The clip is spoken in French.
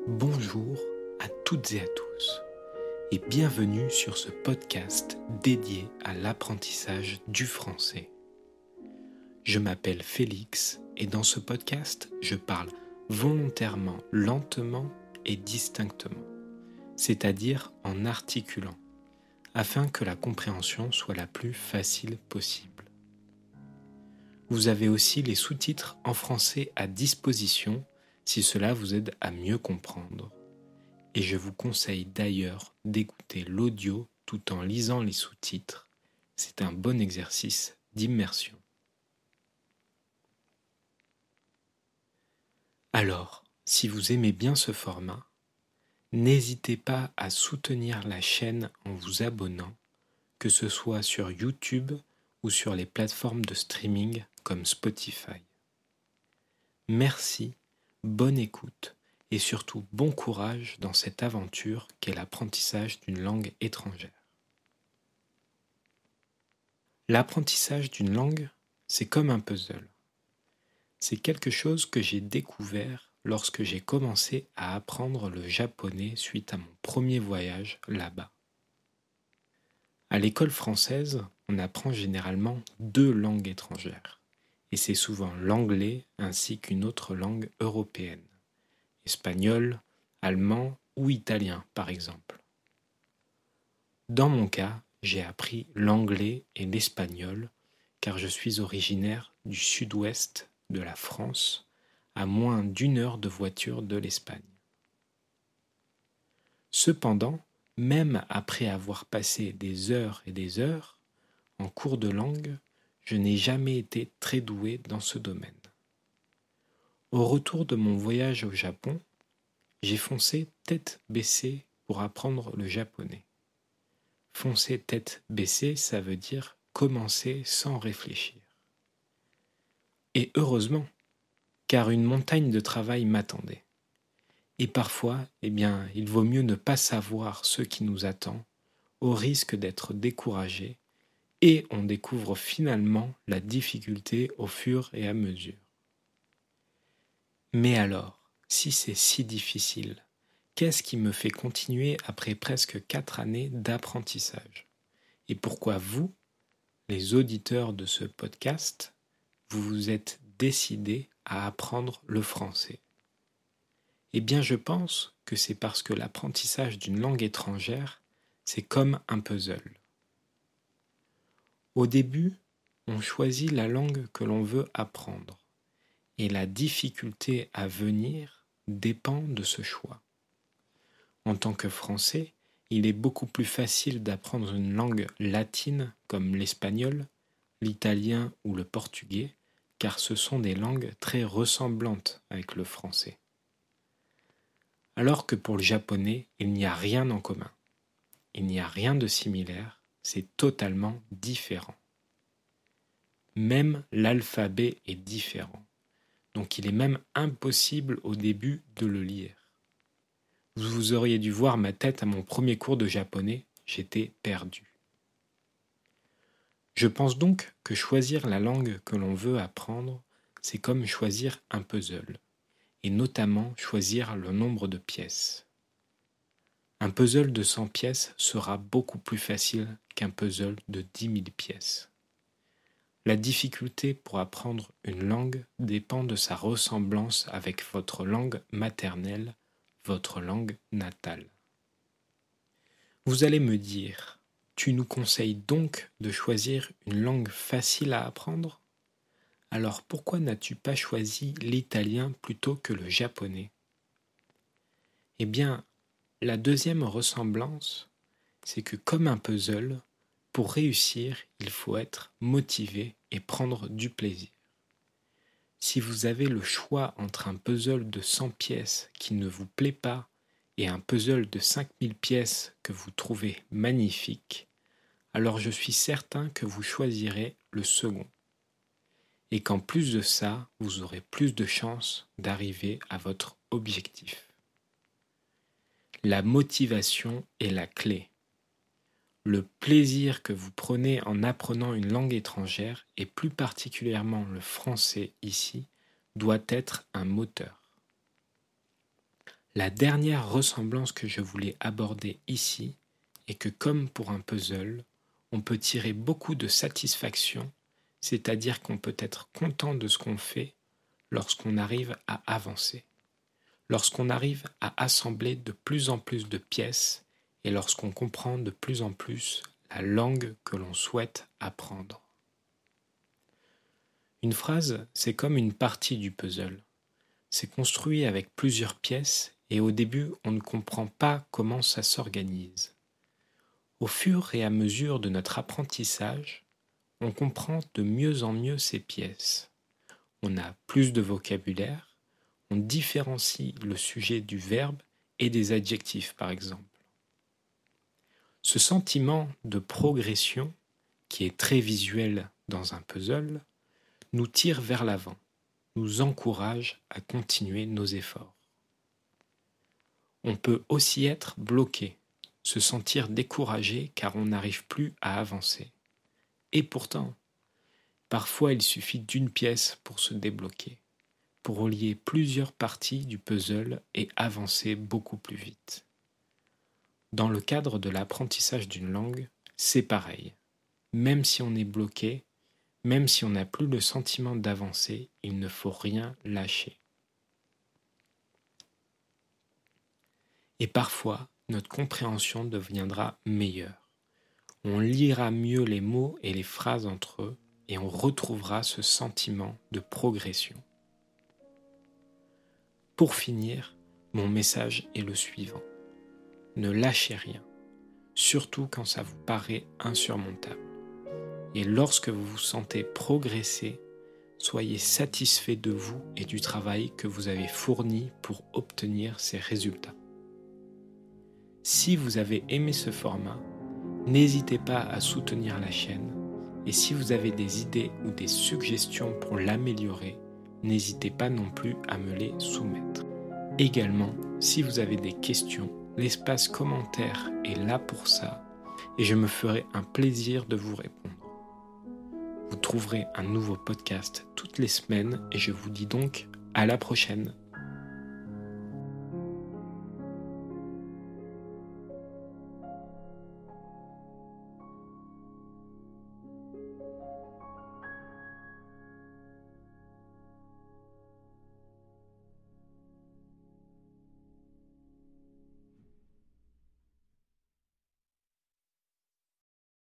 Bonjour à toutes et à tous et bienvenue sur ce podcast dédié à l'apprentissage du français. Je m'appelle Félix et dans ce podcast, je parle volontairement lentement et distinctement, c'est-à-dire en articulant, afin que la compréhension soit la plus facile possible. Vous avez aussi les sous-titres en français à disposition si cela vous aide à mieux comprendre. Et je vous conseille d'ailleurs d'écouter l'audio tout en lisant les sous-titres. C'est un bon exercice d'immersion. Alors, si vous aimez bien ce format, n'hésitez pas à soutenir la chaîne en vous abonnant, que ce soit sur YouTube ou sur les plateformes de streaming comme Spotify. Merci, bonne écoute et surtout bon courage dans cette aventure qu'est l'apprentissage d'une langue étrangère. L'apprentissage d'une langue, c'est comme un puzzle. C'est quelque chose que j'ai découvert lorsque j'ai commencé à apprendre le japonais suite à mon premier voyage là-bas. À l'école française, on apprend généralement 2 langues étrangères, et c'est souvent l'anglais ainsi qu'une autre langue européenne, espagnol, allemand ou italien par exemple. Dans mon cas, j'ai appris l'anglais et l'espagnol car je suis originaire du sud-ouest de la France, à moins d'1 heure de voiture de l'Espagne. Cependant, même après avoir passé des heures et des heures en cours de langue, je n'ai jamais été très doué dans ce domaine. Au retour de mon voyage au Japon, j'ai foncé tête baissée pour apprendre le japonais. Foncer tête baissée, ça veut dire commencer sans réfléchir. Et heureusement, car une montagne de travail m'attendait. Et parfois, il vaut mieux ne pas savoir ce qui nous attend, au risque d'être découragé, et on découvre finalement la difficulté au fur et à mesure. Mais alors, si c'est si difficile, qu'est-ce qui me fait continuer après presque 4 années d'apprentissage? Et pourquoi vous, les auditeurs de ce podcast, vous vous êtes décidés à apprendre le français? Eh bien, je pense que c'est parce que l'apprentissage d'une langue étrangère, c'est comme un puzzle. Au début, on choisit la langue que l'on veut apprendre, et la difficulté à venir dépend de ce choix. En tant que Français, il est beaucoup plus facile d'apprendre une langue latine comme l'espagnol, l'italien ou le portugais, car ce sont des langues très ressemblantes avec le français. Alors que pour le japonais, il n'y a rien en commun. Il n'y a rien de similaire, c'est totalement différent. Même l'alphabet est différent, donc il est même impossible au début de le lire. Vous auriez dû voir ma tête à mon premier cours de japonais, j'étais perdu. Je pense donc que choisir la langue que l'on veut apprendre, c'est comme choisir un puzzle, et notamment choisir le nombre de pièces. Un puzzle de 100 pièces sera beaucoup plus facile qu'un puzzle de 10 000 pièces. La difficulté pour apprendre une langue dépend de sa ressemblance avec votre langue maternelle, votre langue natale. Vous allez me dire, tu nous conseilles donc de choisir une langue facile à apprendre? Alors pourquoi n'as-tu pas choisi l'italien plutôt que le japonais? Eh bien, la deuxième ressemblance, c'est que comme un puzzle, pour réussir, il faut être motivé et prendre du plaisir. Si vous avez le choix entre un puzzle de 100 pièces qui ne vous plaît pas et un puzzle de 5000 pièces que vous trouvez magnifique, alors je suis certain que vous choisirez le second. Et qu'en plus de ça, vous aurez plus de chances d'arriver à votre objectif. La motivation est la clé. Le plaisir que vous prenez en apprenant une langue étrangère, et plus particulièrement le français ici, doit être un moteur. La dernière ressemblance que je voulais aborder ici est que comme pour un puzzle, on peut tirer beaucoup de satisfaction, c'est-à-dire qu'on peut être content de ce qu'on fait lorsqu'on arrive à avancer, lorsqu'on arrive à assembler de plus en plus de pièces et lorsqu'on comprend de plus en plus la langue que l'on souhaite apprendre. Une phrase, c'est comme une partie du puzzle. C'est construit avec plusieurs pièces et au début, on ne comprend pas comment ça s'organise. Au fur et à mesure de notre apprentissage, on comprend de mieux en mieux ces pièces. On a plus de vocabulaire, on différencie le sujet du verbe et des adjectifs par exemple. Ce sentiment de progression, qui est très visuel dans un puzzle, nous tire vers l'avant, nous encourage à continuer nos efforts. On peut aussi être bloqué, se sentir découragé car on n'arrive plus à avancer. Et pourtant, parfois il suffit d'une pièce pour se débloquer, pour relier plusieurs parties du puzzle et avancer beaucoup plus vite. Dans le cadre de l'apprentissage d'une langue, c'est pareil. Même si on est bloqué, même si on n'a plus le sentiment d'avancer, il ne faut rien lâcher. Et parfois, notre compréhension deviendra meilleure. On lira mieux les mots et les phrases entre eux et on retrouvera ce sentiment de progression. Pour finir, mon message est le suivant. Ne lâchez rien, surtout quand ça vous paraît insurmontable. Et lorsque vous vous sentez progresser, soyez satisfait de vous et du travail que vous avez fourni pour obtenir ces résultats. Si vous avez aimé ce format, n'hésitez pas à soutenir la chaîne et si vous avez des idées ou des suggestions pour l'améliorer, n'hésitez pas non plus à me les soumettre. Également, si vous avez des questions, l'espace commentaire est là pour ça et je me ferai un plaisir de vous répondre. Vous trouverez un nouveau podcast toutes les semaines et je vous dis donc à la prochaine.